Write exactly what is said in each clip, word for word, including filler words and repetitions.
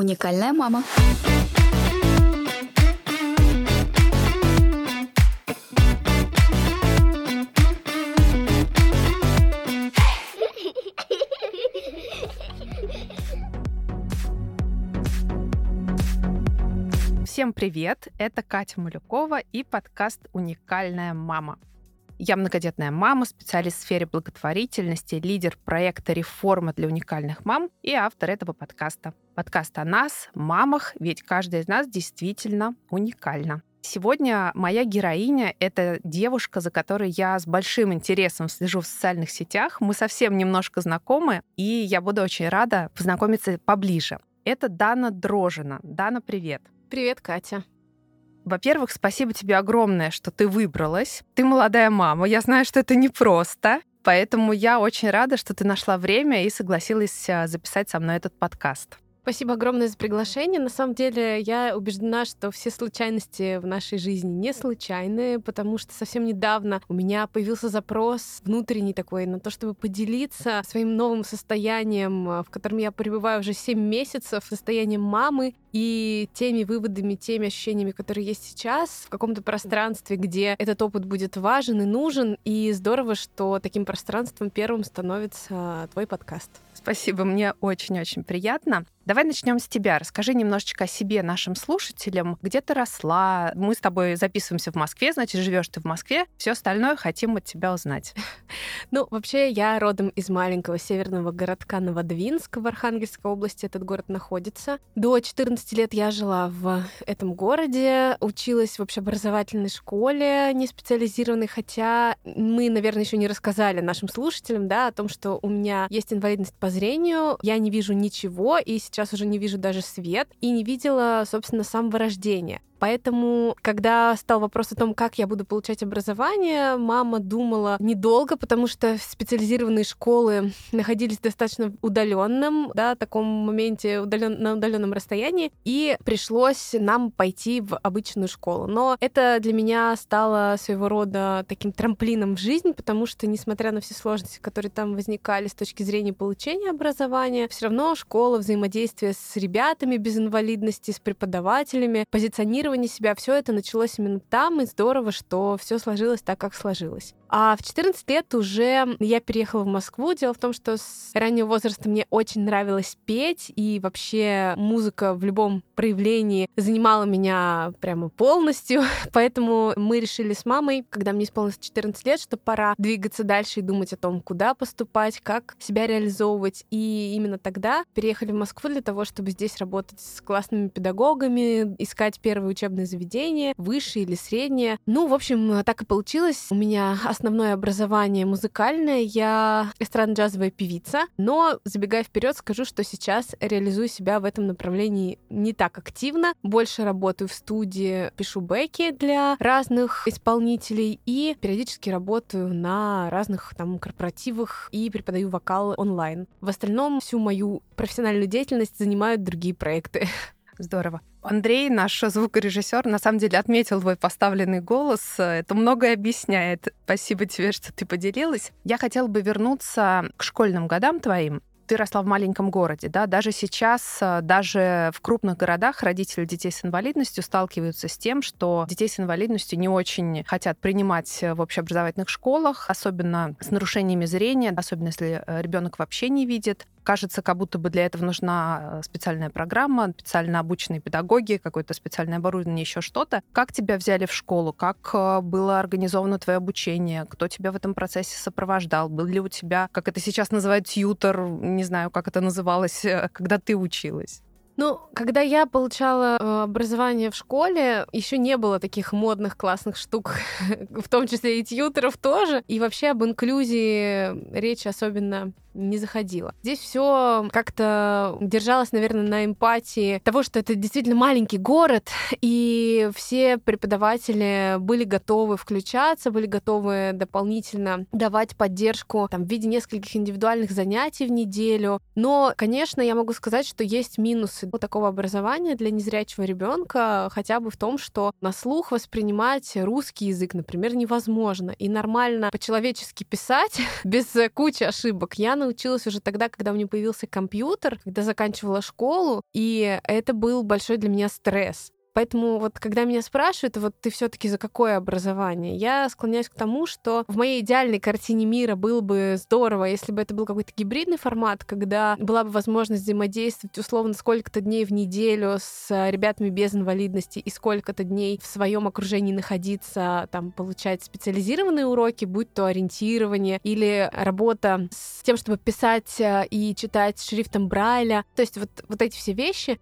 Уникальная мама. Всем привет! Это Катя Малюкова и подкаст «Уникальная мама». Я многодетная мама, специалист в сфере благотворительности, лидер проекта «Реформа для уникальных мам» и автор этого подкаста. Подкаст о нас, мамах, ведь каждая из нас действительно уникальна. Сегодня моя героиня — это девушка, за которой я с большим интересом слежу в социальных сетях. Мы совсем немножко знакомы, и я буду очень рада познакомиться поближе. Это Дана Дрожина. Дана, привет! Привет, Катя. Во-первых, спасибо тебе огромное, что ты выбралась. Ты молодая мама. Я знаю, что это непросто. Поэтому я очень рада, что ты нашла время и согласилась записать со мной этот подкаст. Спасибо огромное за приглашение. На самом деле, я убеждена, что все случайности в нашей жизни не случайные, потому что совсем недавно у меня появился запрос внутренний такой на то, чтобы поделиться своим новым состоянием, в котором я пребываю уже семь месяцев, состоянием мамы, и теми выводами, теми ощущениями, которые есть сейчас, в каком-то пространстве, где этот опыт будет важен и нужен. И здорово, что таким пространством первым становится твой подкаст. Спасибо, мне очень-очень приятно. Давай начнем с тебя. Расскажи немножечко о себе нашим слушателям. Где ты росла? Мы с тобой записываемся в Москве, значит, живешь ты в Москве. Все остальное хотим от тебя узнать. Ну, вообще, я родом из маленького северного городка Новодвинск в Архангельской области. Этот город находится. До четырнадцати лет я жила в этом городе, училась в общеобразовательной школе, не специализированной, хотя мы, наверное, еще не рассказали нашим слушателям, да, о том, что у меня есть инвалидность по зрению, я не вижу ничего, и сейчас уже не вижу даже свет, и не видела, собственно, с самого рождения. Поэтому, когда стал вопрос о том, как я буду получать образование, мама думала недолго, потому что специализированные школы находились в достаточно удаленном, да, таком моменте удален... на удаленном расстоянии, и пришлось нам пойти в обычную школу. Но это для меня стало своего рода таким трамплином в жизнь, потому что, несмотря на все сложности, которые там возникали с точки зрения получения образования, все равно школа, взаимодействие с ребятами без инвалидности, с преподавателями, позиционирование себя, все это началось именно там, и здорово, что все сложилось так, как сложилось. А в четырнадцать лет уже я переехала в Москву. Дело в том, что с раннего возраста мне очень нравилось петь, и вообще музыка в любом проявлении занимала меня прямо полностью. Поэтому мы решили с мамой, когда мне исполнилось четырнадцать лет, что пора двигаться дальше и думать о том, куда поступать, как себя реализовывать. И именно тогда переехали в Москву для того, чтобы здесь работать с классными педагогами, искать первые учебные заведения, высшее или среднее. Ну, в общем, так и получилось. У меня основное образование музыкальное, я эстрадно-джазовая певица, но, забегая вперед, скажу, что сейчас реализую себя в этом направлении не так активно, больше работаю в студии, пишу бэки для разных исполнителей и периодически работаю на разных там корпоративах и преподаю вокал онлайн. В остальном всю мою профессиональную деятельность занимают другие проекты. Здорово. Андрей, наш звукорежиссер, на самом деле отметил твой поставленный голос. Это многое объясняет. Спасибо тебе, что ты поделилась. Я хотела бы вернуться к школьным годам твоим. Ты росла в маленьком городе, да? Даже сейчас, даже в крупных городах родители детей с инвалидностью сталкиваются с тем, что детей с инвалидностью не очень хотят принимать в общеобразовательных школах, особенно с нарушениями зрения, особенно если ребенок вообще не видит. Кажется, как будто бы для этого нужна специальная программа, специально обученные педагоги, какое-то специальное оборудование, еще что-то. Как тебя взяли в школу? Как было организовано твое обучение? Кто тебя в этом процессе сопровождал? Был ли у тебя, как это сейчас называют, тьютор? Не знаю, как это называлось, когда ты училась. Ну, когда я получала э, образование в школе, еще не было таких модных классных штук, в том числе и тьюторов тоже. И вообще об инклюзии речь особенно не заходила. Здесь все как-то держалось, наверное, на эмпатии того, что это действительно маленький город, и все преподаватели были готовы включаться, были готовы дополнительно давать поддержку там, в виде нескольких индивидуальных занятий в неделю. Но, конечно, я могу сказать, что есть минусы у такого образования для незрячего ребенка, хотя бы в том, что на слух воспринимать русский язык, например, невозможно. И нормально по-человечески писать без кучи ошибок я научилась уже тогда, когда у меня появился компьютер, когда заканчивала школу, и это был большой для меня стресс. Поэтому вот когда меня спрашивают, вот ты все таки за какое образование, я склоняюсь к тому, что в моей идеальной картине мира было бы здорово, если бы это был какой-то гибридный формат, когда была бы возможность взаимодействовать условно сколько-то дней в неделю с ребятами без инвалидности и сколько-то дней в своем окружении находиться, там, получать специализированные уроки, будь то ориентирование или работа с тем, чтобы писать и читать шрифтом Брайля. То есть вот, вот эти все вещи.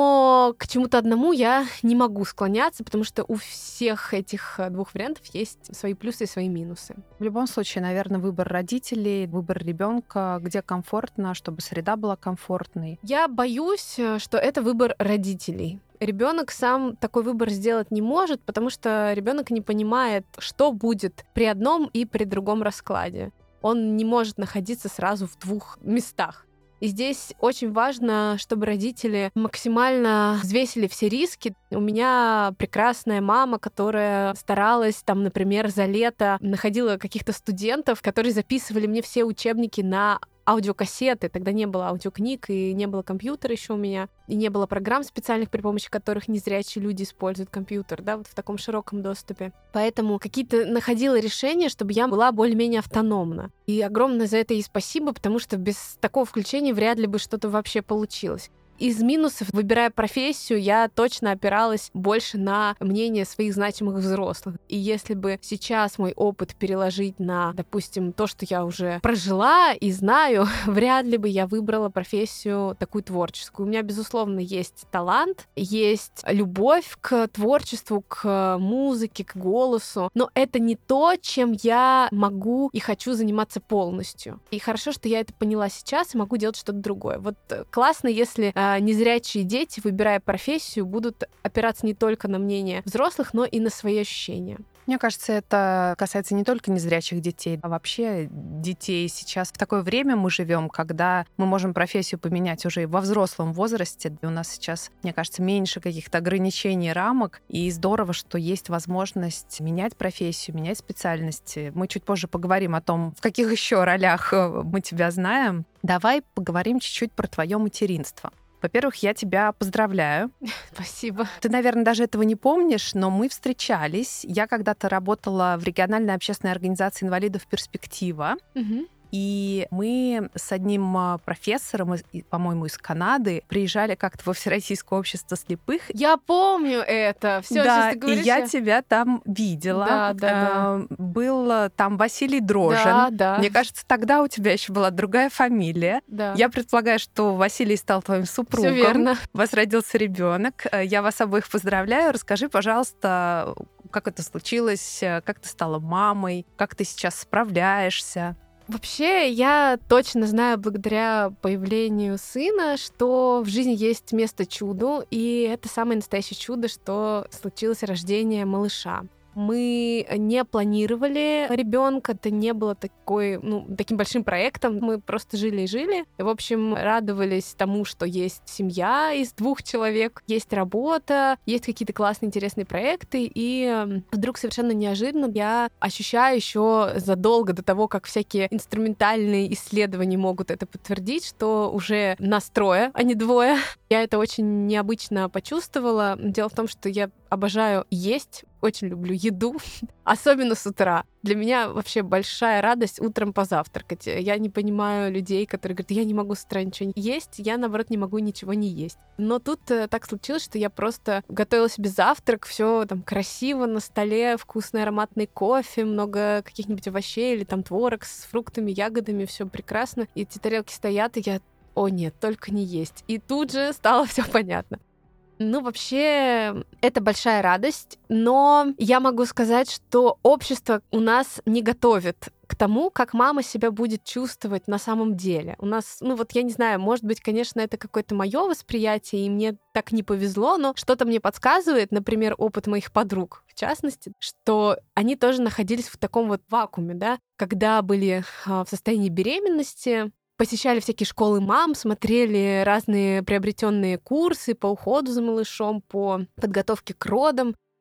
Но к чему-то одному я не могу склоняться, потому что у всех этих двух вариантов есть свои плюсы и свои минусы. В любом случае, наверное, выбор родителей, выбор ребенка, где комфортно, чтобы среда была комфортной. Я боюсь, что это выбор родителей. Ребенок сам такой выбор сделать не может, потому что ребенок не понимает, что будет при одном и при другом раскладе. Он не может находиться сразу в двух местах. И здесь очень важно, чтобы родители максимально взвесили все риски. У меня прекрасная мама, которая старалась, там, например, за лето находила каких-то студентов, которые записывали мне все учебники на аудиокассеты. Тогда не было аудиокниг, и не было компьютера еще у меня, и не было программ специальных, при помощи которых незрячие люди используют компьютер, да, вот в таком широком доступе. Поэтому какие-то находила решения, чтобы я была более-менее автономна. И огромное за это ей спасибо, потому что без такого включения вряд ли бы что-то вообще получилось. Из минусов, выбирая профессию, я точно опиралась больше на мнение своих значимых взрослых. И если бы сейчас мой опыт переложить на, допустим, то, что я уже прожила и знаю, вряд ли бы я выбрала профессию такую творческую. У меня, безусловно, есть талант, есть любовь к творчеству, к музыке, к голосу, но это не то, чем я могу и хочу заниматься полностью. И хорошо, что я это поняла сейчас и могу делать что-то другое. Вот классно, если незрячие дети, выбирая профессию, будут опираться не только на мнение взрослых, но и на свои ощущения. Мне кажется, это касается не только незрячих детей, а вообще детей. Сейчас в такое время мы живем, когда мы можем профессию поменять уже и во взрослом возрасте. И у нас сейчас, мне кажется, меньше каких-то ограничений, рамок. И здорово, что есть возможность менять профессию, менять специальности. Мы чуть позже поговорим о том, в каких еще ролях мы тебя знаем. Давай поговорим чуть-чуть про твое материнство. Во-первых, я тебя поздравляю. Спасибо. Ты, наверное, даже этого не помнишь, но мы встречались. Я когда-то работала в региональной общественной организации инвалидов «Перспектива». Угу. И мы с одним профессором, по-моему, из Канады, приезжали как-то во Всероссийское общество слепых. Я помню это. Все, да, сейчас ты говоришь, и я тебя там видела. Да, да, да. Был там Василий Дрожин. Да, да. Мне кажется, тогда у тебя еще была другая фамилия. Да. Я предполагаю, что Василий стал твоим супругом. Всё верно. У вас родился ребенок. Я вас обоих поздравляю. Расскажи, пожалуйста, как это случилось, как ты стала мамой, как ты сейчас справляешься. Вообще, я точно знаю благодаря появлению сына, что в жизни есть место чуду, и это самое настоящее чудо, что случилось рождение малыша. Мы не планировали ребенка, это не было такой, ну, таким большим проектом. Мы просто жили и жили. И, в общем, радовались тому, что есть семья из двух человек, есть работа, есть какие-то классные, интересные проекты. И вдруг совершенно неожиданно я ощущаю еще задолго до того, как всякие инструментальные исследования могут это подтвердить, что уже нас трое, а не двое. Я это очень необычно почувствовала. Дело в том, что я обожаю есть, очень люблю еду, особенно с утра. Для меня вообще большая радость утром позавтракать. Я не понимаю людей, которые говорят, я не могу с утра ничего не есть, я, наоборот, не могу ничего не есть. Но тут так случилось, что я просто готовила себе завтрак, все там красиво на столе, вкусный ароматный кофе, много каких-нибудь овощей или там творог с фруктами, ягодами, все прекрасно. И эти тарелки стоят, и я, о нет, только не есть. И тут же стало все понятно. Ну, вообще, это большая радость, но я могу сказать, что общество у нас не готовит к тому, как мама себя будет чувствовать на самом деле. У нас, ну вот я не знаю, может быть, конечно, это какое-то мое восприятие, и мне так не повезло, но что-то мне подсказывает, например, опыт моих подруг, в частности, что они тоже находились в таком вот вакууме, да, когда были в состоянии беременности, посещали всякие школы мам, смотрели разные приобретенные курсы по уходу за малышом, по подготовке к родам.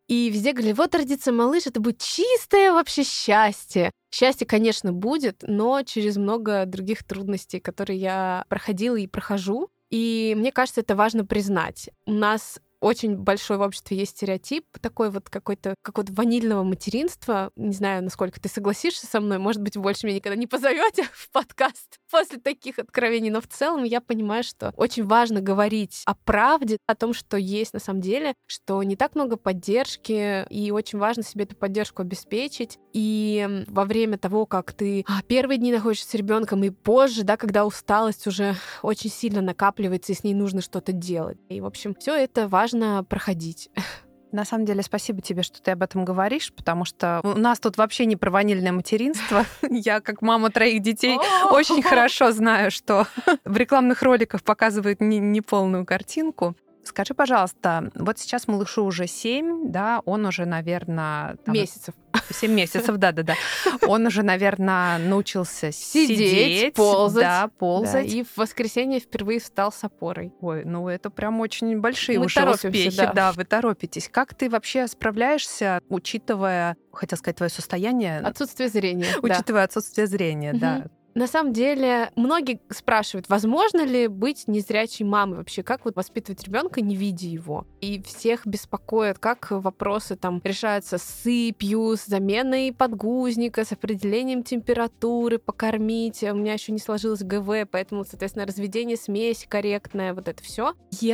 И везде говорили, вот родится малыш, это будет чистое вообще счастье. Счастье, конечно, будет, но через много других трудностей, которые я проходила и прохожу. И мне кажется, это важно признать. У нас очень большой в обществе есть стереотип такой вот какой-то какого-то ванильного материнства. Не знаю, насколько ты согласишься со мной. Может быть, больше меня никогда не позовете в подкаст после таких откровений. Но в целом я понимаю, что очень важно говорить о правде, о том, что есть на самом деле, что не так много поддержки, и очень важно себе эту поддержку обеспечить. И во время того, как ты первые дни находишься с ребенком, и позже, да, когда усталость уже очень сильно накапливается, и с ней нужно что-то делать. И, в общем, все это важно важно проходить. На самом деле, спасибо тебе, что ты об этом говоришь, потому что у нас тут вообще не про ванильное материнство. Я, как мама троих детей, очень хорошо знаю, что в рекламных роликах показывают неполную картинку. Скажи, пожалуйста, вот сейчас малышу уже семь, да, он уже, наверное... Там... Месяцев. семь месяцев, да-да-да. Он уже, наверное, научился сидеть, сидеть ползать. Да, ползать. Да, и в воскресенье впервые встал с опорой. Ой, ну это прям очень большие Мы уже успехи. Да. да, вы торопитесь. Как ты вообще справляешься, учитывая, хотел сказать, твое состояние? Отсутствие зрения. Учитывая да. отсутствие зрения, угу. да. На самом деле, многие спрашивают, возможно ли быть незрячей мамой вообще, как вот воспитывать ребенка, не видя его. И всех беспокоят, как вопросы там решаются с сыпью, с заменой подгузника, с определением температуры, покормить. У меня еще не сложилось ГВ, поэтому, соответственно, разведение смеси корректное, вот это все.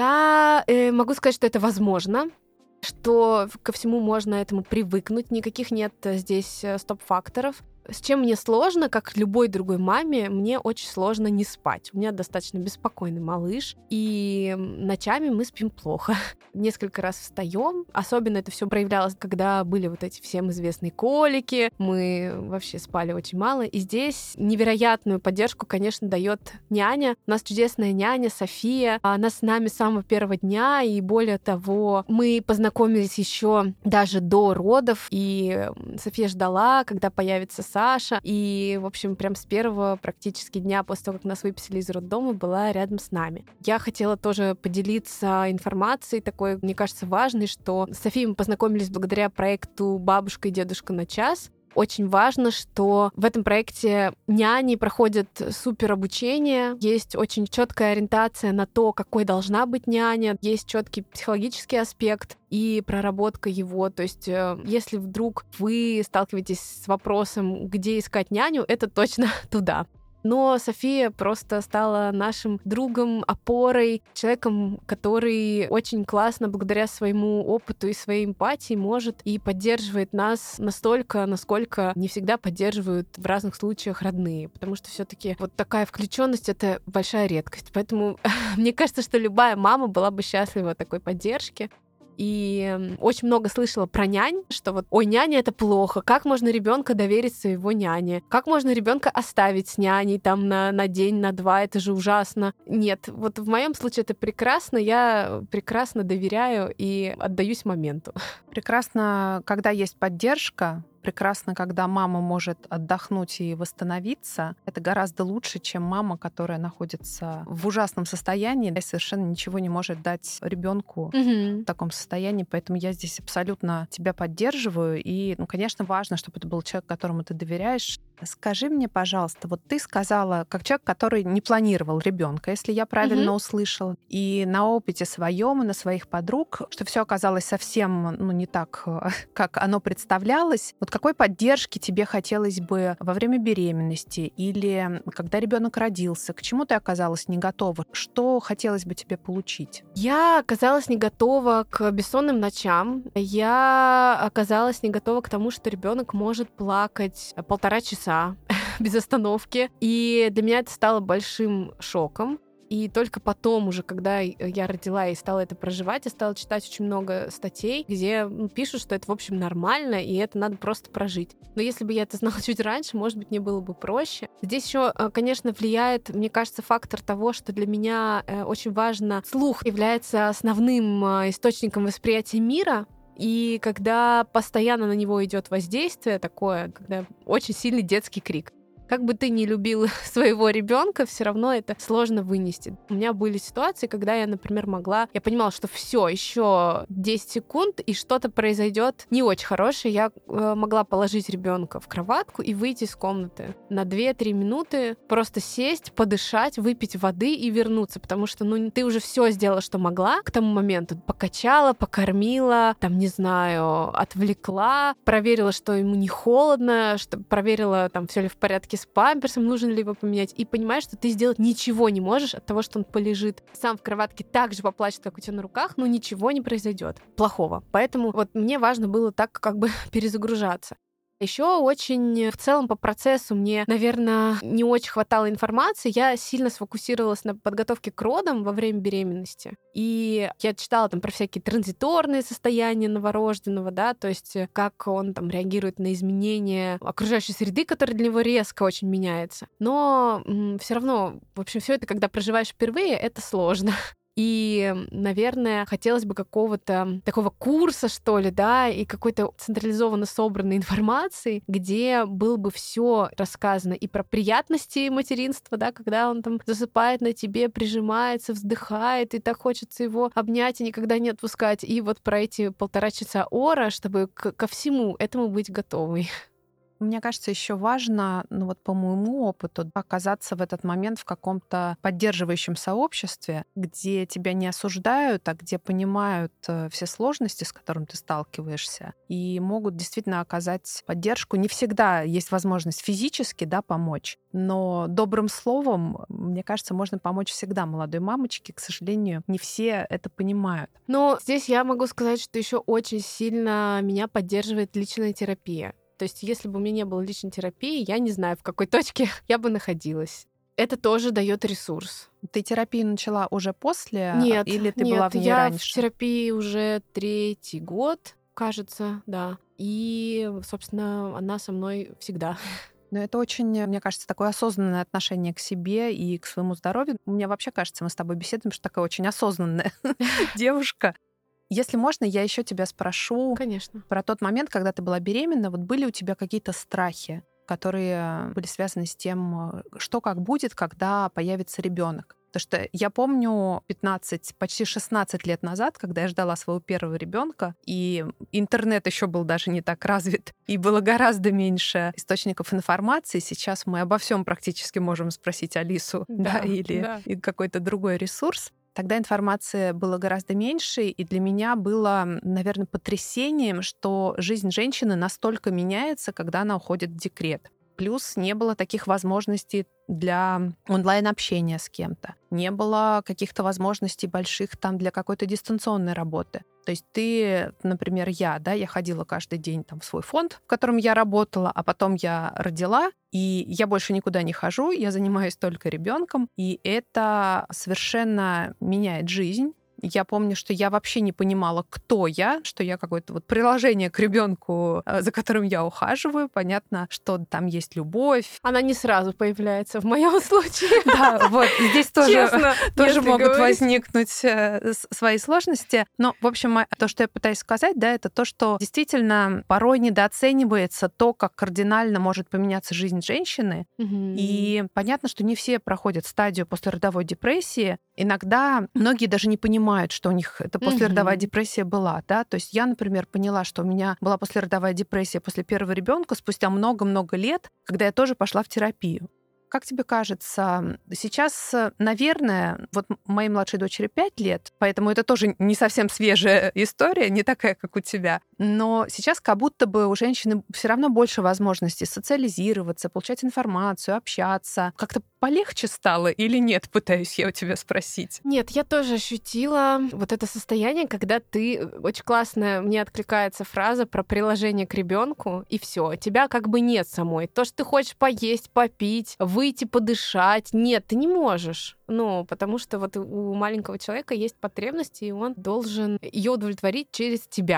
Я э, могу сказать, что это возможно, что ко всему можно этому привыкнуть, никаких нет здесь стоп-факторов. С чем мне сложно, как любой другой маме, мне очень сложно не спать. У меня достаточно беспокойный малыш, и ночами мы спим плохо. Несколько раз встаем. Особенно это все проявлялось, когда были вот эти всем известные колики. Мы вообще спали очень мало. И здесь невероятную поддержку, конечно, дает няня. У нас чудесная няня София. Она с нами с самого первого дня, и более того, мы познакомились еще даже до родов, и София ждала, когда появится Саша, и, в общем, прям с первого практически дня после того, как нас выписали из роддома, была рядом с нами. Я хотела тоже поделиться информацией такой, мне кажется, важной, что с Софией мы познакомились благодаря проекту «Бабушка и дедушка на час». Очень важно, что в этом проекте няни проходят супер обучение, есть очень четкая ориентация на то, какой должна быть няня, есть четкий психологический аспект и проработка его. То есть, если вдруг вы сталкиваетесь с вопросом, где искать няню, это точно туда. Но София просто стала нашим другом, опорой, человеком, который очень классно, благодаря своему опыту и своей эмпатии, может и поддерживает нас настолько, насколько не всегда поддерживают в разных случаях родные. Потому что все-таки вот такая включенность — это большая редкость. Поэтому мне кажется, что любая мама была бы счастлива такой поддержке. И очень много слышала про нянь, что вот, ой, няня — это плохо, как можно ребенка доверить своего няне, как можно ребенка оставить с няней там на, на день, на два, это же ужасно. Нет, вот в моем случае это прекрасно, я прекрасно доверяю и отдаюсь моменту. Прекрасно, когда есть поддержка, прекрасно, когда мама может отдохнуть и восстановиться. Это гораздо лучше, чем мама, которая находится в ужасном состоянии и совершенно ничего не может дать ребенку mm-hmm. в таком состоянии. Поэтому я здесь абсолютно тебя поддерживаю. И, ну, конечно, важно, чтобы это был человек, которому ты доверяешь. Скажи мне, пожалуйста, вот ты сказала, как человек, который не планировал ребенка, если я правильно mm-hmm. услышала, и на опыте своем, и на своих подруг, что все оказалось совсем, ну, не так, как оно представлялось. Вот какой поддержки тебе хотелось бы во время беременности или когда ребенок родился? К чему ты оказалась не готова? Что хотелось бы тебе получить? Я оказалась не готова к бессонным ночам. Я оказалась не готова к тому, что ребенок может плакать полтора часа без остановки. И для меня это стало большим шоком. И только потом уже, когда я родила и стала это проживать, я стала читать очень много статей, где пишут, что это, в общем, нормально, и это надо просто прожить. Но если бы я это знала чуть раньше, может быть, мне было бы проще. Здесь еще, конечно, влияет, мне кажется, фактор того, что для меня очень важно, слух является основным источником восприятия мира. И когда постоянно на него идет воздействие такое, когда очень сильный детский крик. Как бы ты ни любил своего ребенка, все равно это сложно вынести. У меня были ситуации, когда я, например, могла, я понимала, что все, еще десять секунд, и что-то произойдет не очень хорошее. Я э, могла положить ребенка в кроватку и выйти из комнаты на две-три минуты, просто сесть, подышать, выпить воды и вернуться, потому что, ну, ты уже все сделала, что могла к тому моменту. Покачала, покормила, там, не знаю, отвлекла, проверила, что ему не холодно, что проверила, там, все ли в порядке с памперсом, нужно ли его поменять, и понимаешь, что ты сделать ничего не можешь от того, что он полежит сам в кроватке, так же поплачет, как у тебя на руках, но ничего не произойдет плохого. Поэтому вот мне важно было так как бы перезагружаться. Еще очень в целом по процессу мне, наверное, не очень хватало информации. Я сильно сфокусировалась на подготовке к родам во время беременности. И я читала там про всякие транзиторные состояния новорожденного, да, то есть как он там реагирует на изменения окружающей среды, которая для него резко очень меняется. Но м- все равно, в общем, все это, когда проживаешь впервые, это сложно. И, наверное, хотелось бы какого-то такого курса, что ли, да, и какой-то централизованно собранной информации, где было бы все рассказано и про приятности материнства, да, когда он там засыпает на тебе, прижимается, вздыхает, и так хочется его обнять и никогда не отпускать. И вот про эти полтора часа ора, чтобы к- ко всему этому быть готовой. Мне кажется, еще важно, ну вот по моему опыту, оказаться в этот момент в каком-то поддерживающем сообществе, где тебя не осуждают, а где понимают э, все сложности, с которыми ты сталкиваешься, и могут действительно оказать поддержку. Не всегда есть возможность физически, да, помочь, но добрым словом, мне кажется, можно помочь всегда молодой мамочке. К сожалению, не все это понимают. Но здесь я могу сказать, что еще очень сильно меня поддерживает личная терапия. То есть, если бы у меня не было личной терапии, я не знаю, в какой точке я бы находилась. Это тоже дает ресурс. Ты терапию начала уже после, Нет, или ты нет, была в ней я раньше? в терапии уже третий год, кажется, да. И, собственно, она со мной всегда. Но это очень, мне кажется, такое осознанное отношение к себе и к своему здоровью. Мне вообще кажется, мы с тобой беседуем, что такая очень осознанная девушка. Если можно, я еще тебя спрошу Конечно. про тот момент, когда ты была беременна. Вот были у тебя какие-то страхи, которые были связаны с тем, что как будет, когда появится ребенок? Потому что я помню пятнадцать, почти шестнадцать лет назад, когда я ждала своего первого ребенка, и интернет еще был даже не так развит, и было гораздо меньше источников информации. Сейчас мы обо всем практически можем спросить Алису, да, Да, или да. и какой-то другой ресурс. Тогда информации было гораздо меньше, и для меня было, наверное, потрясением, что жизнь женщины настолько меняется, когда она уходит в декрет. Плюс не было таких возможностей для онлайн-общения с кем-то. Не было каких-то возможностей больших там для какой-то дистанционной работы. То есть ты, например, я, да, я ходила каждый день там в свой фонд, в котором я работала, а потом я родила, и я больше никуда не хожу, я занимаюсь только ребенком, и это совершенно меняет жизнь. Я помню, что я вообще не понимала, кто я, что я какое-то вот приложение к ребенку, за которым я ухаживаю. Понятно, что там есть любовь. Она не сразу появляется в моем случае. Да, вот здесь тоже, Честно, тоже если могут говорить. возникнуть э, с- свои сложности. Но, в общем, мо- то, что я пытаюсь сказать, да, это то, что действительно порой недооценивается то, как кардинально может поменяться жизнь женщины. Мгм. И понятно, что не все проходят стадию послеродовой депрессии. Иногда многие даже не понимают, что у них эта послеродовая Мгм. депрессия была, да. То есть я, например, поняла, что у меня была послеродовая депрессия после первого ребенка спустя много-много лет, когда я тоже пошла в терапию. Как тебе кажется, сейчас, наверное, вот моей младшей дочери пять лет, поэтому это тоже не совсем свежая история, не такая, как у тебя. Но сейчас как будто бы у женщины все равно больше возможностей социализироваться, получать информацию, общаться. Как-то полегче стало или нет, пытаюсь я у тебя спросить. Нет, я тоже ощутила вот это состояние, когда ты очень классно, мне откликается фраза про приложение к ребенку, и все, тебя как бы нет самой. То, что ты хочешь поесть, попить, выйти, подышать, нет, ты не можешь. Ну, потому что вот у маленького человека есть потребности, и он должен ее удовлетворить через тебя.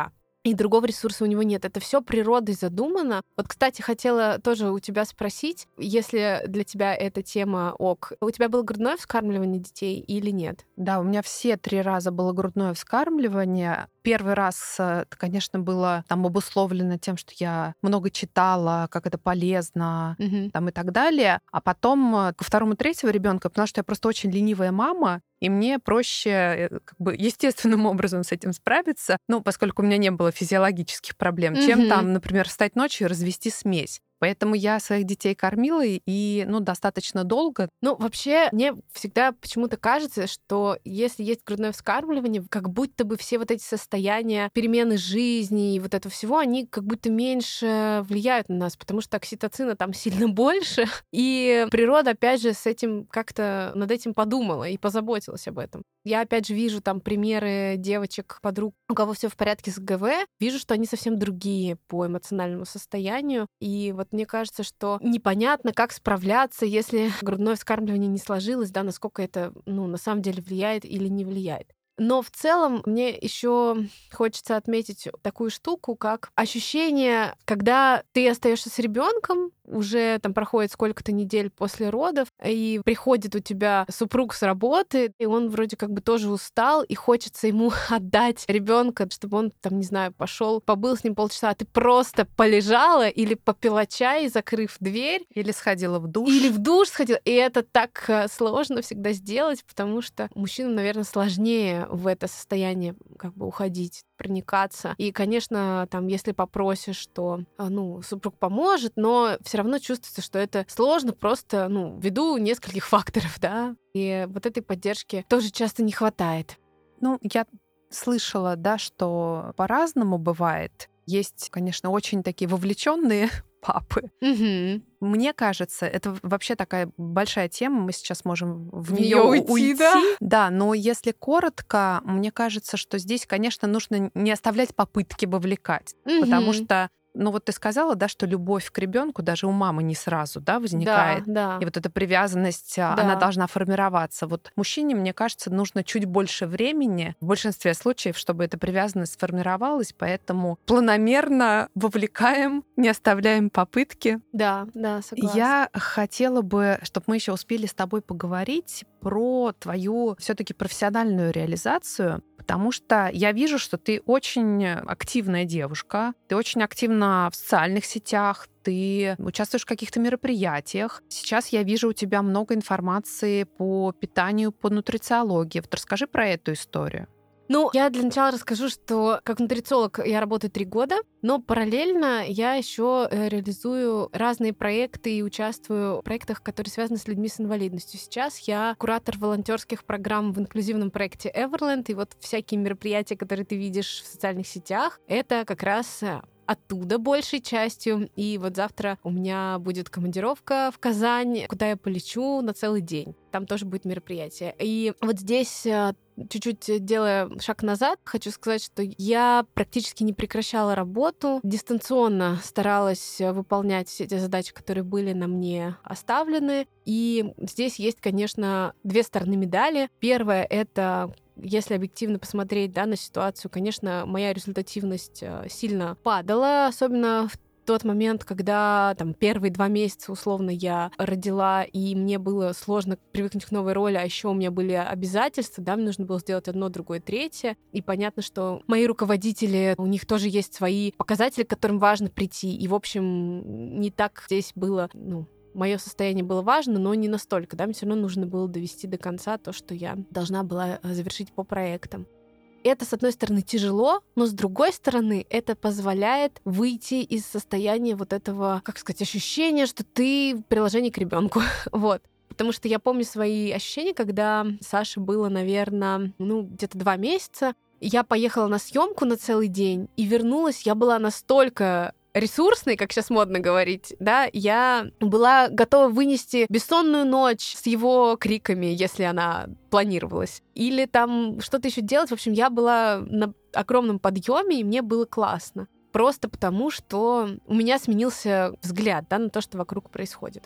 и другого ресурса у него нет. Это все природой задумано. Вот, кстати, хотела тоже у тебя спросить, если для тебя эта тема ок, у тебя было грудное вскармливание детей или нет? Да, у меня все три раза было грудное вскармливание. Первый раз, это, конечно, было там обусловлено тем, что я много читала, как это полезно, Мгм. там и так далее. А потом ко второму и третьему ребенку, потому что я просто очень ленивая мама, и мне проще э, как бы естественным образом с этим справиться, ну, поскольку у меня не было физиологических проблем, чем Мгм. там, например, встать ночью и развести смесь. Поэтому я своих детей кормила и, ну, достаточно долго. Ну, вообще, мне всегда почему-то кажется, что если есть грудное вскармливание, как будто бы все вот эти состояния, перемены жизни и вот этого всего, они как будто меньше влияют на нас, потому что окситоцина там сильно больше, и природа, опять же, с этим как-то над этим подумала и позаботилась об этом. Я, опять же, вижу там примеры девочек, подруг, у кого все в порядке с ГВ, вижу, что они совсем другие по эмоциональному состоянию, и вот мне кажется, что непонятно, как справляться, если грудное вскармливание не сложилось, да, насколько это, ну, на самом деле влияет или не влияет. Но в целом мне еще хочется отметить такую штуку, как ощущение, когда ты остаешься с ребенком, уже там проходит сколько-то недель после родов, и приходит у тебя супруг с работы, и он вроде как бы тоже устал, и хочется ему отдать ребенка, чтобы он там, не знаю, пошел, побыл с ним полчаса, а ты просто полежала или попила чай, закрыв дверь, Или сходила в душ. или в душ сходила. И это так э, сложно всегда сделать, потому что мужчинам, наверное, сложнее в это состояние как бы уходить, проникаться. И, конечно, там, если попросишь, что, а, ну, супруг поможет, но все равно чувствуется, что это сложно просто, ну, ввиду нескольких факторов, да. И вот этой поддержки тоже часто не хватает. Ну, я слышала, да, что по-разному бывает. Есть, конечно, очень такие вовлеченные папы. Мгм. Мне кажется, это вообще такая большая тема, мы сейчас можем в В нее неё уйти, да? Да, но если коротко, мне кажется, что здесь, конечно, нужно не оставлять попытки вовлекать, потому Мгм. что, ну вот ты сказала, да, что любовь к ребенку даже у мамы не сразу, да, Да, возникает. да. И вот эта привязанность, а, она Да. должна формироваться. Вот мужчине, мне кажется, нужно чуть больше времени в большинстве случаев, чтобы эта привязанность сформировалась, поэтому планомерно вовлекаем, не оставляем попытки. Да, да, согласна. Я хотела бы, чтобы мы еще успели с тобой поговорить про твою все-таки профессиональную реализацию, потому что я вижу, что ты очень активная девушка, ты очень активна в социальных сетях, ты участвуешь в каких-то мероприятиях. Сейчас я вижу у тебя много информации по питанию, по нутрициологии. Вот расскажи про эту историю. Ну, я для начала расскажу, что как нутрициолог я работаю три года, но параллельно я еще реализую разные проекты и участвую в проектах, которые связаны с людьми с инвалидностью. Сейчас я куратор волонтерских программ в инклюзивном проекте Everland, и вот всякие мероприятия, которые ты видишь в социальных сетях, это как раз оттуда большей частью. И вот завтра у меня будет командировка в Казань, куда я полечу на целый день. Там тоже будет мероприятие. И вот здесь, чуть-чуть делая шаг назад, хочу сказать, что я практически не прекращала работу, дистанционно старалась выполнять все эти задачи, которые были на мне оставлены. И здесь есть, конечно, две стороны медали. Первая — это если объективно посмотреть, да, на ситуацию, конечно, моя результативность сильно падала, особенно в тот момент, когда там первые два месяца условно я родила, и мне было сложно привыкнуть к новой роли, а еще у меня были обязательства, да, мне нужно было сделать одно, другое, третье. И понятно, что мои руководители, у них тоже есть свои показатели, к которым важно прийти. И, в общем, не так здесь было, ну, мое состояние было важно, но не настолько, да, мне все равно нужно было довести до конца то, что я должна была завершить по проектам. Это, с одной стороны, тяжело, но с другой стороны, это позволяет выйти из состояния вот этого, как сказать, ощущения, что ты в приложении к ребенку. Вот. Потому что я помню свои ощущения, когда Саше было, наверное, ну, где-то два месяца. Я поехала на съемку на целый день и вернулась. Я была настолько ресурсной, как сейчас модно говорить, да, я была готова вынести бессонную ночь с его криками, если она планировалась, или там что-то еще делать. В общем, я была на огромном подъеме, и мне было классно. Просто потому, что у меня сменился взгляд, да, на то, что вокруг происходит.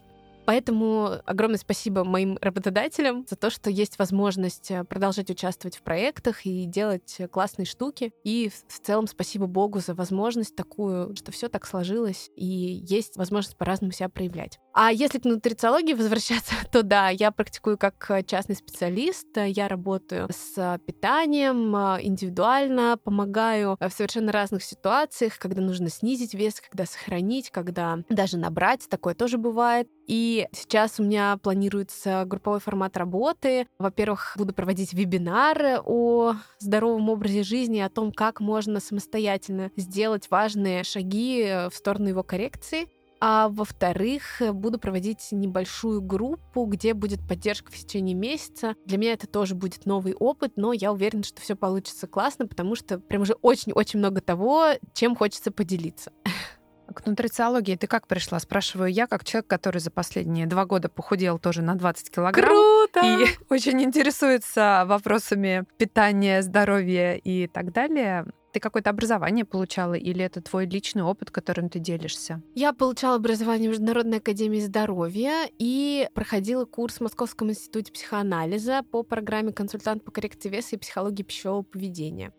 Поэтому огромное спасибо моим работодателям за то, что есть возможность продолжать участвовать в проектах и делать классные штуки. И в целом спасибо Богу за возможность такую, что все так сложилось, и есть возможность по-разному себя проявлять. А если к нутрициологии возвращаться, то да, я практикую как частный специалист, я работаю с питанием индивидуально, помогаю в совершенно разных ситуациях, когда нужно снизить вес, когда сохранить, когда даже набрать, такое тоже бывает. И сейчас у меня планируется групповой формат работы. Во-первых, буду проводить вебинары о здоровом образе жизни, о том, как можно самостоятельно сделать важные шаги в сторону его коррекции. А во-вторых, буду проводить небольшую группу, где будет поддержка в течение месяца. Для меня это тоже будет новый опыт, но я уверена, что все получится классно, потому что прям уже очень-очень много того, чем хочется поделиться. К нутрициологии ты как пришла? Спрашиваю я, как человек, который за последние два года похудел тоже на двадцать килограмм. Круто! И очень интересуется вопросами питания, здоровья и так далее. Ты какое-то образование получала или это твой личный опыт, которым ты делишься? Я получала образование в Международной академии здоровья и проходила курс в Московском институте психоанализа по программе «Консультант по коррекции веса и психологии пищевого поведения».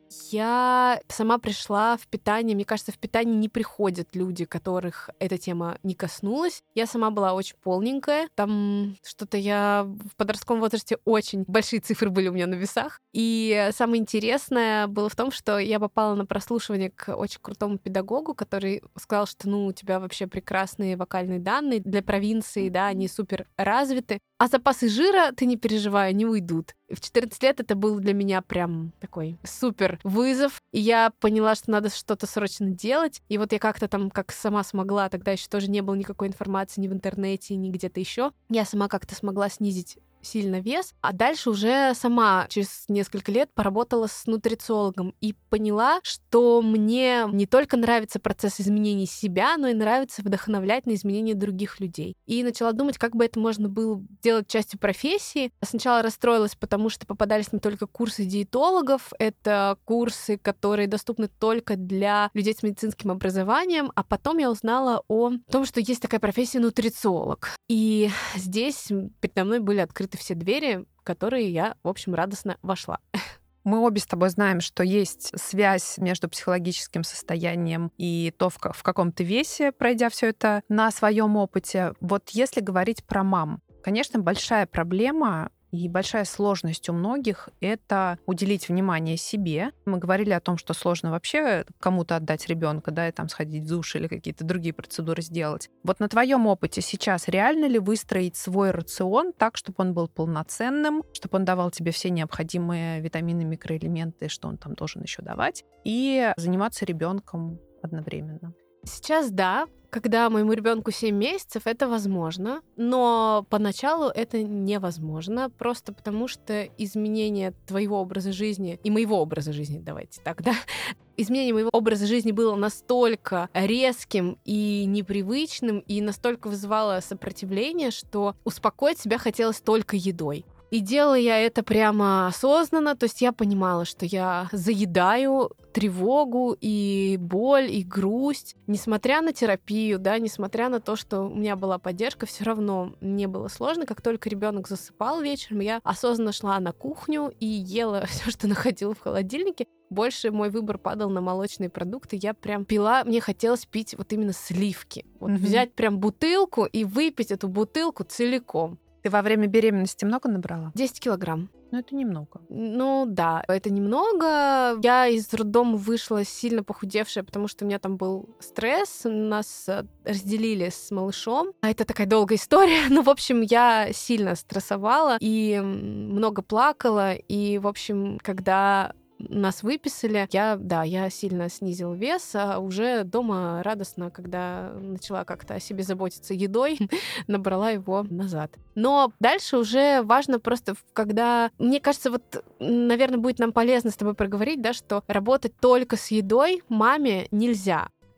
Я сама пришла в питание. Мне кажется, в питание не приходят люди, которых эта тема не коснулась. Я сама была очень полненькая. Там что-то я в подростковом возрасте очень большие цифры были у меня на весах. И самое интересное было в том, что я попала на прослушивание к очень крутому педагогу, который сказал, что ну, у тебя вообще прекрасные вокальные данные для провинции, да, они супер развиты, а запасы жира, ты не переживай, не уйдут. В четырнадцать лет это был для меня прям такой супер вызов, и я поняла, что надо что-то срочно делать, и вот я как-то там, как сама смогла, тогда еще тоже не было никакой информации ни в интернете, ни где-то еще, я сама как-то смогла снизить сильно вес, а дальше уже сама через несколько лет поработала с нутрициологом и поняла, что мне не только нравится процесс изменений себя, но и нравится вдохновлять на изменения других людей. И начала думать, как бы это можно было делать частью профессии. Сначала расстроилась, потому что попадались не только курсы диетологов, это курсы, которые доступны только для людей с медицинским образованием, а потом я узнала о том, что есть такая профессия нутрициолог. И здесь передо мной были открыты все двери, в которые я, в общем, радостно вошла. Мы обе с тобой знаем, что есть связь между психологическим состоянием и то, в, в каком ты весе, пройдя все это на своем опыте. Вот если говорить про мам, конечно, большая проблема и большая сложность у многих — это уделить внимание себе. Мы говорили о том, что сложно вообще кому-то отдать ребенка, да, и там сходить в душ или какие-то другие процедуры сделать. Вот на твоем опыте сейчас реально ли выстроить свой рацион так, чтобы он был полноценным, чтобы он давал тебе все необходимые витамины, микроэлементы, что он там должен еще давать, и заниматься ребенком одновременно? Сейчас да, когда моему ребенку семь месяцев, это возможно, но поначалу это невозможно, просто потому что изменение твоего образа жизни и моего образа жизни, давайте так, да, изменение моего образа жизни было настолько резким и непривычным, и настолько вызывало сопротивление, что успокоить себя хотелось только едой. И делала я это прямо осознанно, то есть я понимала, что я заедаю тревогу и боль, и грусть. Несмотря на терапию, да, несмотря на то, что у меня была поддержка, все равно мне было сложно. Как только ребенок засыпал вечером, я осознанно шла на кухню и ела все, что находила в холодильнике. Больше мой выбор падал на молочные продукты. Я прям пила, мне хотелось пить вот именно сливки. Вот mm-hmm. взять прям бутылку и выпить эту бутылку целиком. Ты во время беременности много набрала? десять килограмм. Ну, это немного. Ну, да, это немного. Я из роддома вышла сильно похудевшая, потому что у меня там был стресс. Нас разделили с малышом. А это такая долгая история. Ну, в общем, я сильно стрессовала и много плакала. И, в общем, когда нас выписали, я, да, я сильно снизила вес, а уже дома радостно, когда начала как-то о себе заботиться едой, набрала его назад. Но дальше уже важно просто, когда... Мне кажется, вот, наверное, будет нам полезно с тобой проговорить, да, что работать только с едой маме нельзя.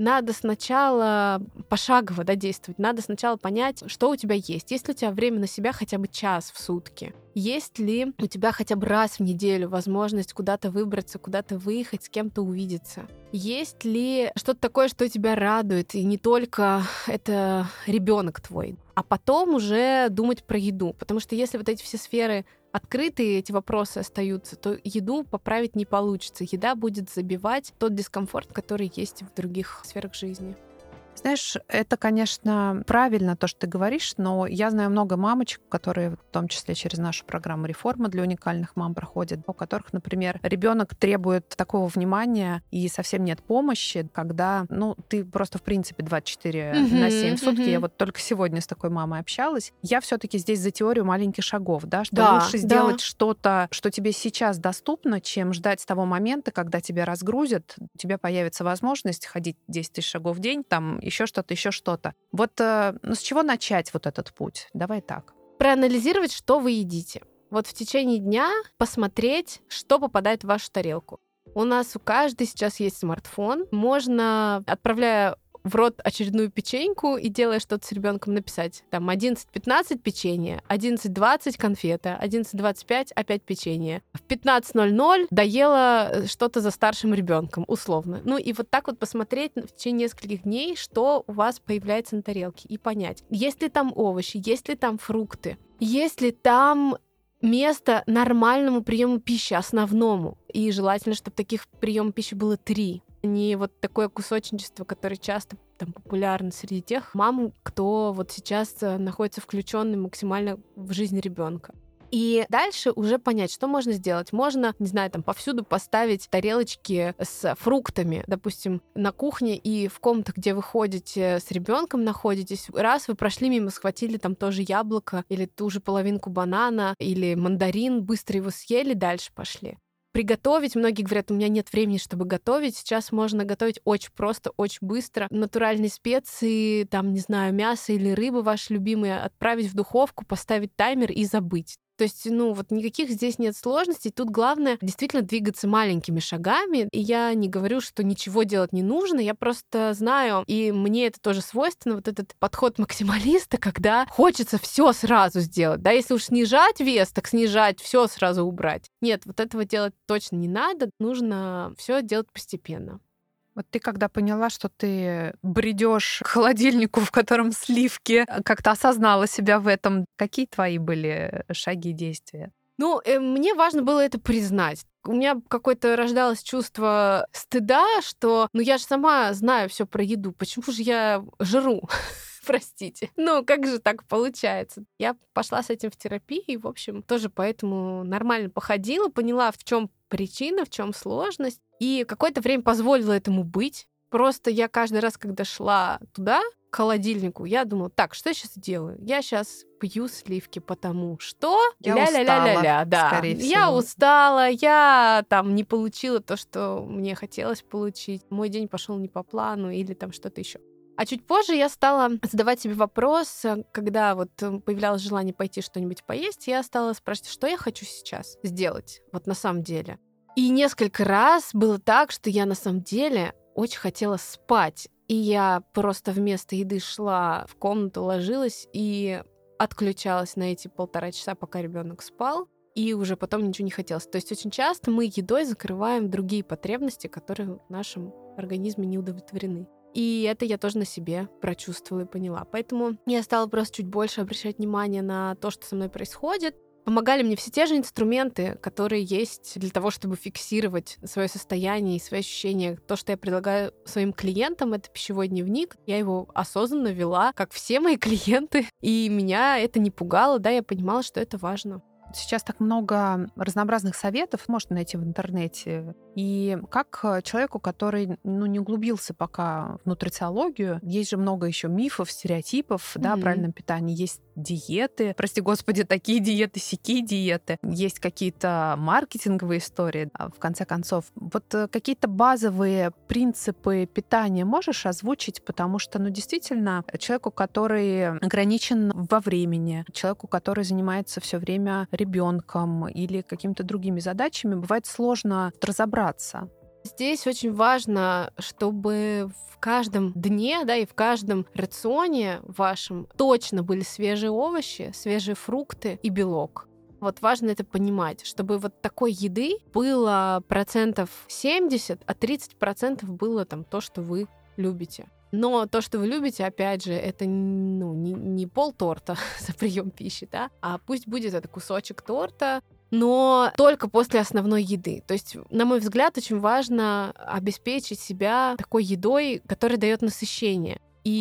надо сначала пошагово, да, действовать. Надо сначала понять, что у тебя есть. Есть ли у тебя время на себя хотя бы час в сутки? Есть ли у тебя хотя бы раз в неделю возможность куда-то выбраться, куда-то выехать, с кем-то увидеться? Есть ли что-то такое, что тебя радует, и не только это ребенок твой, а потом уже думать про еду. Потому что если вот эти все сферы открытые, эти вопросы остаются, то еду поправить не получится. Еда будет забивать тот дискомфорт, который есть в других сферах жизни. Знаешь, это, конечно, правильно то, что ты говоришь, но я знаю много мамочек, которые в том числе через нашу программу «Реформа» для уникальных мам проходят, у которых, например, ребенок требует такого внимания и совсем нет помощи, когда, ну, ты просто, в принципе, двадцать четыре на семь в сутки. Я вот только сегодня с такой мамой общалась. Я все-таки здесь за теорию маленьких шагов, да, что Да, лучше да. сделать что-то, что тебе сейчас доступно, чем ждать того момента, когда тебя разгрузят, у тебя появится возможность ходить десять тысяч шагов в день, там, еще что-то, еще что-то. Вот ну, с чего начать вот этот путь? Давай так. Проанализировать, что вы едите. Вот в течение дня посмотреть, что попадает в вашу тарелку. У нас у каждой сейчас есть смартфон. Можно, отправляя в рот очередную печеньку и делая что-то с ребенком, написать там одиннадцать пятнадцать печенье, одиннадцать двадцать конфета, одиннадцать двадцать пять опять печенье. В пятнадцать ноль ноль доела что-то за старшим ребенком, условно. Ну и вот так вот посмотреть в течение нескольких дней, что у вас появляется на тарелке, и понять, есть ли там овощи, есть ли там фрукты, есть ли там место нормальному приему пищи, основному. И желательно, чтобы таких приемов пищи было три. Не вот такое кусочничество, которое часто там популярно среди тех мам, кто вот сейчас находится включенным максимально в жизнь ребенка. И дальше уже понять, что можно сделать. Можно, не знаю, там повсюду поставить тарелочки с фруктами, допустим, на кухне и в комнатах, где вы ходите с ребенком, находитесь. Раз вы прошли мимо, схватили там тоже яблоко или ту же половинку банана или мандарин, быстро его съели, дальше пошли. Приготовить. Многие говорят, у меня нет времени, чтобы готовить. Сейчас можно готовить очень просто, очень быстро. Натуральные специи, там, не знаю, мясо или рыба ваши любимые, отправить в духовку, поставить таймер и забыть. То есть, ну, вот никаких здесь нет сложностей. Тут главное действительно двигаться маленькими шагами. И я не говорю, что ничего делать не нужно. Я просто знаю, и мне это тоже свойственно, вот этот подход максималиста, когда хочется все сразу сделать. Да, если уж снижать вес, так снижать, все сразу убрать. Нет, вот этого делать точно не надо. Нужно все делать постепенно. Вот ты когда поняла, что ты бредешь к холодильнику, в котором сливки, как-то осознала себя в этом, какие твои были шаги, действия? Ну, э, мне важно было это признать. У меня какое-то рождалось чувство стыда, что, ну, я же сама знаю все про еду, почему же я жру? Простите. Ну, как же так получается? Я пошла с этим в терапию, и, в общем, тоже поэтому нормально походила, поняла, в чем причина, в чем сложность, и какое-то время позволила этому быть. Просто я каждый раз, когда шла туда, к холодильнику, я думала, так, что я сейчас делаю? Я сейчас пью сливки, потому что... Я ля-ля-ля-ля-ля, да. скорее всего. Я устала, я там не получила то, что мне хотелось получить. Мой день пошел не по плану или там что-то еще. А чуть позже я стала задавать себе вопрос, когда вот появлялось желание пойти что-нибудь поесть, я стала спрашивать, что я хочу сейчас сделать, вот на самом деле. И несколько раз было так, что я на самом деле очень хотела спать. И я просто вместо еды шла в комнату, ложилась и отключалась на эти полтора часа, пока ребенок спал, и уже потом ничего не хотелось. То есть очень часто мы едой закрываем другие потребности, которые в нашем организме не удовлетворены. И это я тоже на себе прочувствовала и поняла. Поэтому я стала просто чуть больше обращать внимание на то, что со мной происходит. Помогали мне все те же инструменты, которые есть для того, чтобы фиксировать свое состояние и свои ощущения. То, что я предлагаю своим клиентам, это пищевой дневник. Я его осознанно вела, как все мои клиенты. И меня это не пугало, да, я понимала, что это важно. Сейчас так много разнообразных советов можно найти в интернете. И как человеку, который ну, не углубился пока в нутрициологию, есть же много еще мифов, стереотипов, mm-hmm. да, о правильном питании. Есть диеты, прости господи, такие диеты, сякие диеты. Есть какие-то маркетинговые истории. В конце концов, вот какие-то базовые принципы питания можешь озвучить? Потому что, ну, действительно, человеку, который ограничен во времени, человеку, который занимается все время ребенком или какими-то другими задачами, бывает сложно разобраться. Здесь очень важно, чтобы в каждом дне, да, и в каждом рационе вашем точно были свежие овощи, свежие фрукты и белок. Вот важно это понимать, чтобы вот такой еды было процентов семьдесят, а тридцать процентов было там то, что вы любите. Но то, что вы любите, опять же, это ну, не, не полторта за прием пищи, да, а пусть будет это кусочек торта, но только после основной еды. То есть, на мой взгляд, очень важно обеспечить себя такой едой, которая дает насыщение.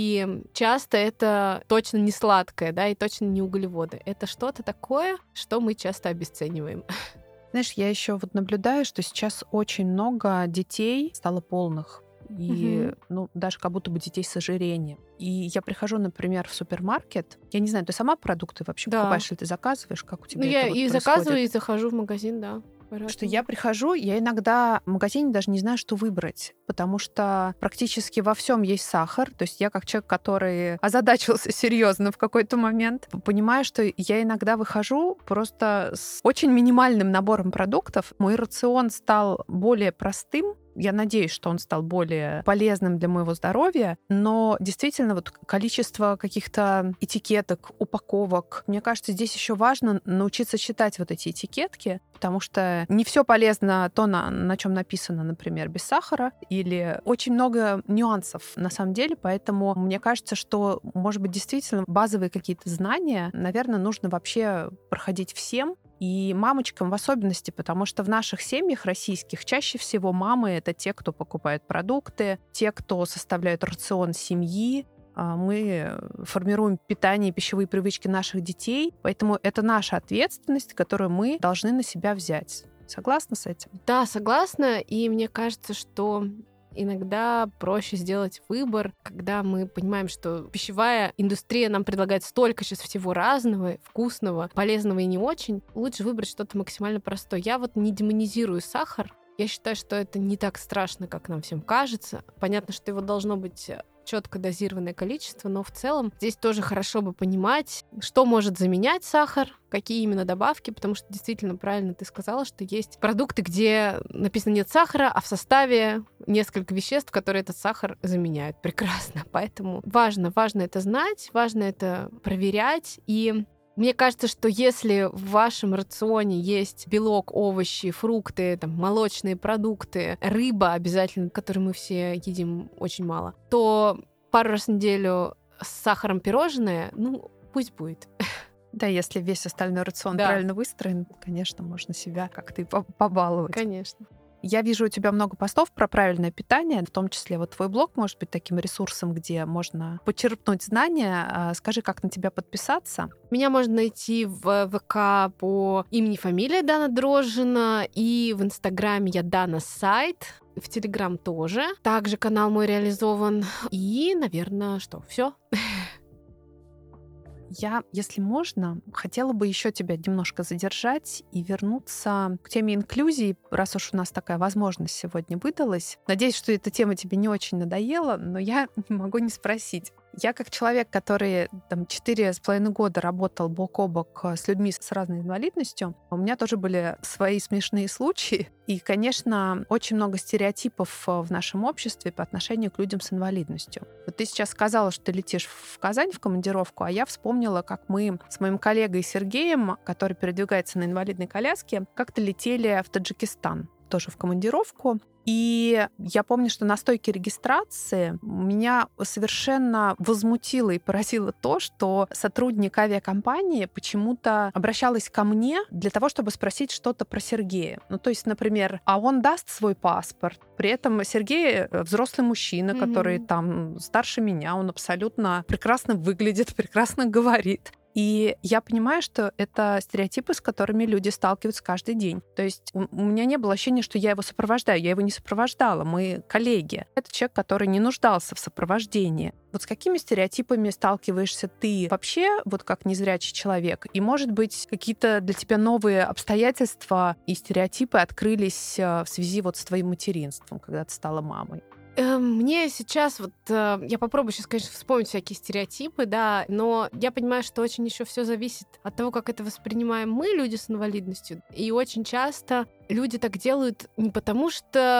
И часто это точно не сладкое, да, и точно не углеводы. Это что-то такое, что мы часто обесцениваем. Знаешь, я еще вот наблюдаю, что сейчас очень много детей стало полных. И, угу. ну, даже как будто бы детей с ожирением. И я прихожу, например, в супермаркет. Я не знаю, ты сама продукты вообще да. покупаешь или ты заказываешь? Как у тебя ну, это я вот и происходит? заказываю, и захожу в магазин, да. Потому что я прихожу, я иногда в магазине даже не знаю, что выбрать, потому что практически во всем есть сахар. То есть я как человек, который озадачился серьезно в какой-то момент, понимаю, что я иногда выхожу просто с очень минимальным набором продуктов. Мой рацион стал более простым. Я надеюсь, что он стал более полезным для моего здоровья, но действительно вот количество каких-то этикеток, упаковок, мне кажется, здесь еще важно научиться читать вот эти этикетки, потому что не все полезно то, на, на чем написано, например, без сахара, или очень много нюансов на самом деле, поэтому мне кажется, что, может быть, действительно базовые какие-то знания, наверное, нужно вообще проходить всем, и мамочкам в особенности, потому что в наших семьях российских чаще всего мамы — это те, кто покупает продукты, те, кто составляют рацион семьи. Мы формируем питание и пищевые привычки наших детей, поэтому это наша ответственность, которую мы должны на себя взять. Согласна с этим? Да, согласна, и мне кажется, что иногда проще сделать выбор, когда мы понимаем, что пищевая индустрия нам предлагает столько сейчас всего разного, вкусного, полезного и не очень. Лучше выбрать что-то максимально простое. Я вот не демонизирую сахар. Я считаю, что это не так страшно, как нам всем кажется. Понятно, что его должно быть четко дозированное количество, но в целом здесь тоже хорошо бы понимать, что может заменять сахар, какие именно добавки, потому что действительно правильно ты сказала, что есть продукты, где написано нет сахара, а в составе несколько веществ, которые этот сахар заменяют. Прекрасно. Поэтому важно, важно это знать, важно это проверять. И мне кажется, что если в вашем рационе есть белок, овощи, фрукты, там, молочные продукты, рыба обязательно, которую мы все едим очень мало, то пару раз в неделю с сахаром пирожное, ну, пусть будет. Да, если весь остальной рацион да. правильно выстроен, конечно, можно себя как-то и побаловать. Конечно. Я вижу у тебя много постов про правильное питание, в том числе вот твой блог может быть таким ресурсом, где можно почерпнуть знания. Скажи, как на тебя подписаться? Меня можно найти в ВК по имени, фамилия Дана Дрожжина, и в Инстаграме я Дана Сайт, в Телеграм тоже. Также канал мой реализован. И, наверное, что, все. Я, если можно, хотела бы еще тебя немножко задержать и вернуться к теме инклюзии, раз уж у нас такая возможность сегодня выдалась. Надеюсь, что эта тема тебе не очень надоела, но я не могу не спросить. Я как человек, который там четыре с половиной года работал бок о бок с людьми с разной инвалидностью, у меня тоже были свои смешные случаи. И, конечно, очень много стереотипов в нашем обществе по отношению к людям с инвалидностью. Вот ты сейчас сказала, что ты летишь в Казань в командировку, а я вспомнила, как мы с моим коллегой Сергеем, который передвигается на инвалидной коляске, как-то летели в Таджикистан, тоже в командировку. И я помню, что на стойке регистрации меня совершенно возмутило и поразило то, что сотрудник авиакомпании почему-то обращалась ко мне для того, чтобы спросить что-то про Сергея. Ну, то есть, например, а он даст свой паспорт? При этом Сергей взрослый мужчина, mm-hmm. который там старше меня, он абсолютно прекрасно выглядит, прекрасно говорит. И я понимаю, что это стереотипы, с которыми люди сталкиваются каждый день. То есть у меня не было ощущения, что я его сопровождаю. Я его не сопровождала, мы коллеги. Это человек, который не нуждался в сопровождении. Вот с какими стереотипами сталкиваешься ты вообще, вот как незрячий человек? И, может быть, какие-то для тебя новые обстоятельства и стереотипы открылись в связи вот с твоим материнством, когда ты стала мамой? Мне сейчас вот, я попробую сейчас, конечно, вспомнить всякие стереотипы, да, но я понимаю, что очень еще все зависит от того, как это воспринимаем мы, люди с инвалидностью. И очень часто люди так делают не потому, что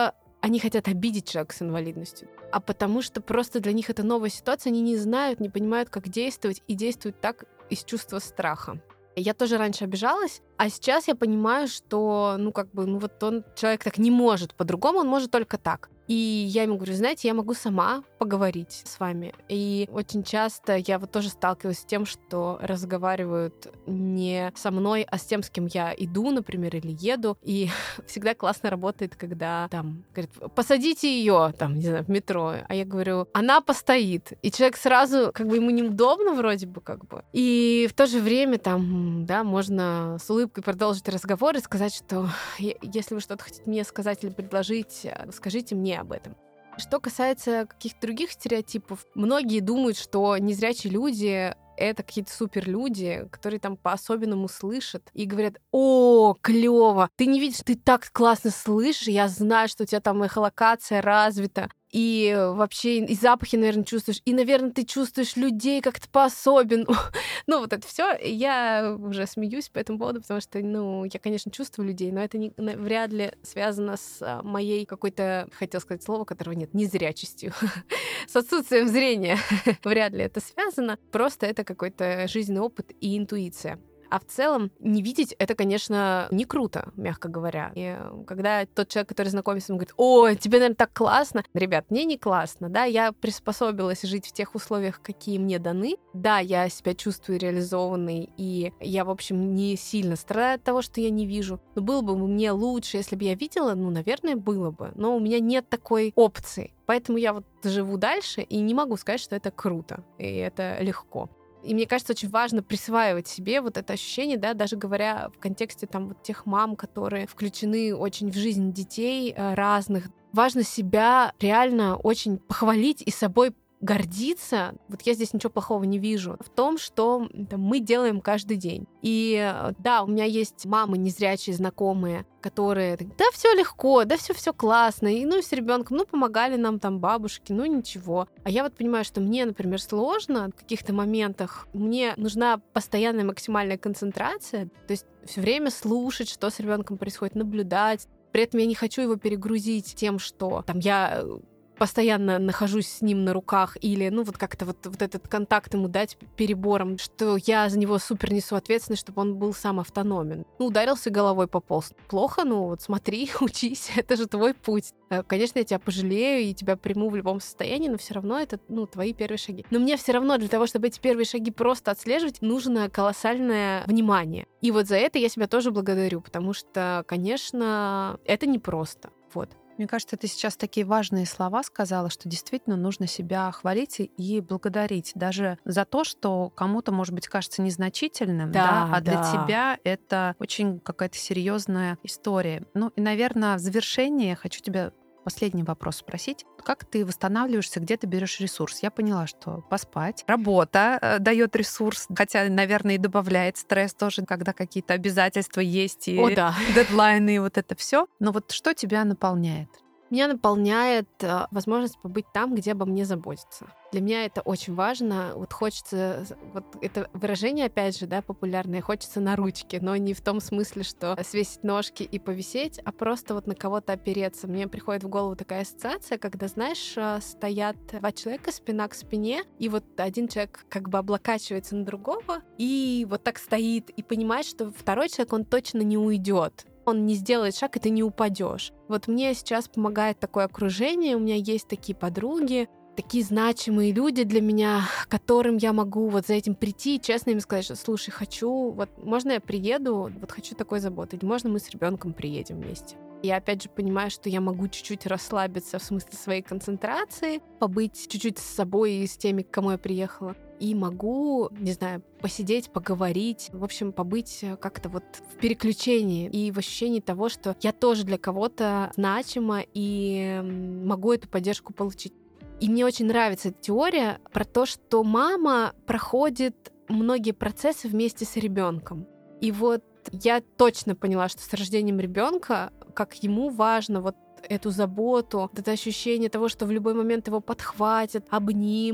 они хотят обидеть человека с инвалидностью, а потому что просто для них это новая ситуация, они не знают, не понимают, как действовать, и действуют так из чувства страха. Я тоже раньше обижалась, а сейчас я понимаю, что, ну, как бы, ну, вот он, человек так не может по-другому, он может только так. И я ему говорю, знаете, я могу сама поговорить с вами. И очень часто я вот тоже сталкиваюсь с тем, что разговаривают не со мной, а с тем, с кем я иду, например, или еду. И всегда классно работает, когда там говорят, посадите ее, там, не знаю, в метро. А я говорю, она постоит. И человек сразу, как бы ему неудобно вроде бы, как бы. И в то же время там, да, можно с улыбкой продолжить разговор и сказать, что если вы что-то хотите мне сказать или предложить, скажите мне об этом. Что касается каких-то других стереотипов, многие думают, что незрячие люди — это какие-то суперлюди, которые там по-особенному слышат и говорят, о, клево, ты не видишь, ты так классно слышишь, я знаю, что у тебя там эхолокация развита, и вообще и запахи, наверное, чувствуешь, и, наверное, ты чувствуешь людей как-то по-особенному. Ну, вот это все. Я уже смеюсь по этому поводу, потому что, ну, я, конечно, чувствую людей, но это не, вряд ли связано с моей какой-то, хотел сказать слово, которого нет, незрячестью, с отсутствием зрения. Вряд ли это связано. Просто это какой-то жизненный опыт и интуиция. А в целом не видеть — это, конечно, не круто, мягко говоря. И когда тот человек, который знакомится, говорит, о, тебе, наверное, так классно. Ребят, мне не классно, да, я приспособилась жить в тех условиях, какие мне даны. Да, я себя чувствую реализованной, и я, в общем, не сильно страдаю от того, что я не вижу. Но было бы мне лучше, если бы я видела, ну, наверное, было бы. Но у меня нет такой опции. Поэтому я вот живу дальше и не могу сказать, что это круто, и это легко. И мне кажется, очень важно присваивать себе вот это ощущение, да, даже говоря в контексте там вот тех мам, которые включены очень в жизнь детей разных. Важно себя реально очень похвалить и собой гордиться, вот я здесь ничего плохого не вижу, в том, что там, мы делаем каждый день. И да, у меня есть мамы незрячие, знакомые, которые, да, все легко, да, все все классно, и ну и с ребенком, ну помогали нам там бабушки, ну ничего. А я вот понимаю, что мне, например, сложно в каких-то моментах, мне нужна постоянная максимальная концентрация, то есть все время слушать, что с ребенком происходит, наблюдать. При этом я не хочу его перегрузить тем, что там я постоянно нахожусь с ним на руках, или, ну, вот как-то вот, вот этот контакт ему дать перебором, что я за него супер несу ответственность, чтобы он был сам автономен. Ну, ударился головой, пополз. Плохо? Ну, вот смотри, учись, это же твой путь. Конечно, я тебя пожалею и тебя приму в любом состоянии, но все равно это, ну, твои первые шаги. Но мне все равно для того, чтобы эти первые шаги просто отслеживать, нужно колоссальное внимание. И вот за это я себя тоже благодарю, потому что, конечно, это непросто. Вот. Мне кажется, ты сейчас такие важные слова сказала, что действительно нужно себя хвалить и благодарить даже за то, что кому-то, может быть, кажется незначительным, да, да, а для да. тебя это очень какая-то серьезная история. Ну и, наверное, в завершение я хочу тебя последний вопрос спросить. Как ты восстанавливаешься, где ты берешь ресурс? Я поняла, что поспать. Работа э, дает ресурс, хотя, наверное, и добавляет стресс тоже, когда какие-то обязательства есть, и О, да. дедлайны, и вот это все. Но вот что тебя наполняет? Меня наполняет э, возможность побыть там, где обо мне заботятся. Для меня это очень важно. Вот хочется, вот это выражение, опять же, да, популярное, хочется на ручке, но не в том смысле, что свесить ножки и повисеть, а просто вот на кого-то опереться. Мне приходит в голову такая ассоциация, когда, знаешь, стоят два человека спина к спине, и вот один человек как бы облокачивается на другого, и вот так стоит, и понимает, что второй человек, он точно не уйдет. Он не сделает шаг, и ты не упадешь. Вот мне сейчас помогает такое окружение, у меня есть такие подруги, такие значимые люди для меня, к которым я могу вот за этим прийти и честно им сказать, что, слушай, хочу, вот можно я приеду, вот хочу такой заботы, или можно мы с ребенком приедем вместе. Я опять же понимаю, что я могу чуть-чуть расслабиться в смысле своей концентрации, побыть чуть-чуть с собой и с теми, к кому я приехала. И могу, не знаю, посидеть, поговорить, в общем, побыть как-то вот в переключении и в ощущении того, что я тоже для кого-то значима и могу эту поддержку получить. И мне очень нравится эта теория про то, что мама проходит многие процессы вместе с ребенком. И вот я точно поняла, что с рождением ребенка, как ему важно вот эту заботу, вот это ощущение того, что в любой момент его подхватят, обнимут,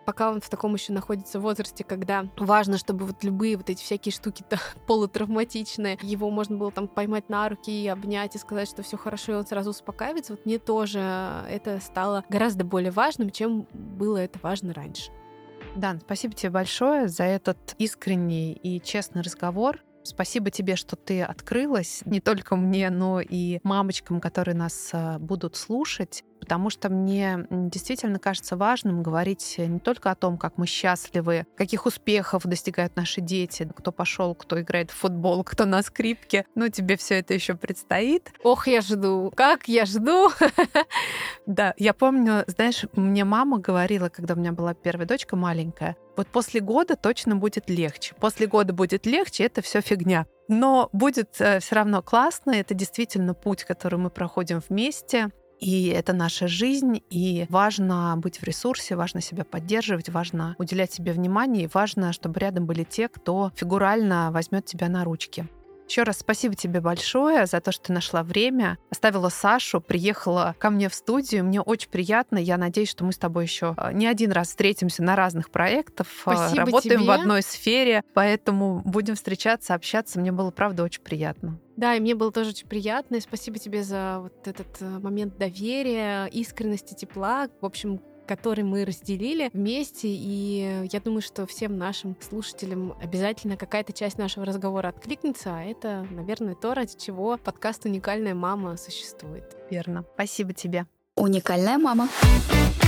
пока он в таком еще находится возрасте, когда важно, чтобы вот любые вот эти всякие штуки-то полутравматичные, его можно было там поймать на руки и обнять и сказать, что все хорошо, и он сразу успокаивается. Вот мне тоже это стало гораздо более важным, чем было это важно раньше. Дан, спасибо тебе большое за этот искренний и честный разговор. Спасибо тебе, что ты открылась не только мне, но и мамочкам, которые нас будут слушать, потому что мне действительно кажется важным говорить не только о том, как мы счастливы, каких успехов достигают наши дети, кто пошел, кто играет в футбол, кто на скрипке. Но тебе все это еще предстоит. Ох, я жду, как я жду. Да, я помню, знаешь, мне мама говорила, когда у меня была первая дочка маленькая, вот после года точно будет легче. После года будет легче, это все фигня. Но будет все равно классно, это действительно путь, который мы проходим вместе. И это наша жизнь, и важно быть в ресурсе, важно себя поддерживать, важно уделять себе внимание, и важно, чтобы рядом были те, кто фигурально возьмет тебя на ручки. Еще раз спасибо тебе большое за то, что ты нашла время, оставила Сашу, приехала ко мне в студию. Мне очень приятно. Я надеюсь, что мы с тобой еще не один раз встретимся на разных проектах. Спасибо Работаем тебе. в одной сфере, поэтому будем встречаться, общаться. Мне было, правда, очень приятно. Да, и мне было тоже очень приятно. И спасибо тебе за вот этот момент доверия, искренности, тепла. В общем, который мы разделили вместе. И я думаю, что всем нашим слушателям обязательно какая-то часть нашего разговора откликнется. А это, наверное, то, ради чего подкаст «Уникальная мама» существует. Верно. Спасибо тебе. Уникальная мама.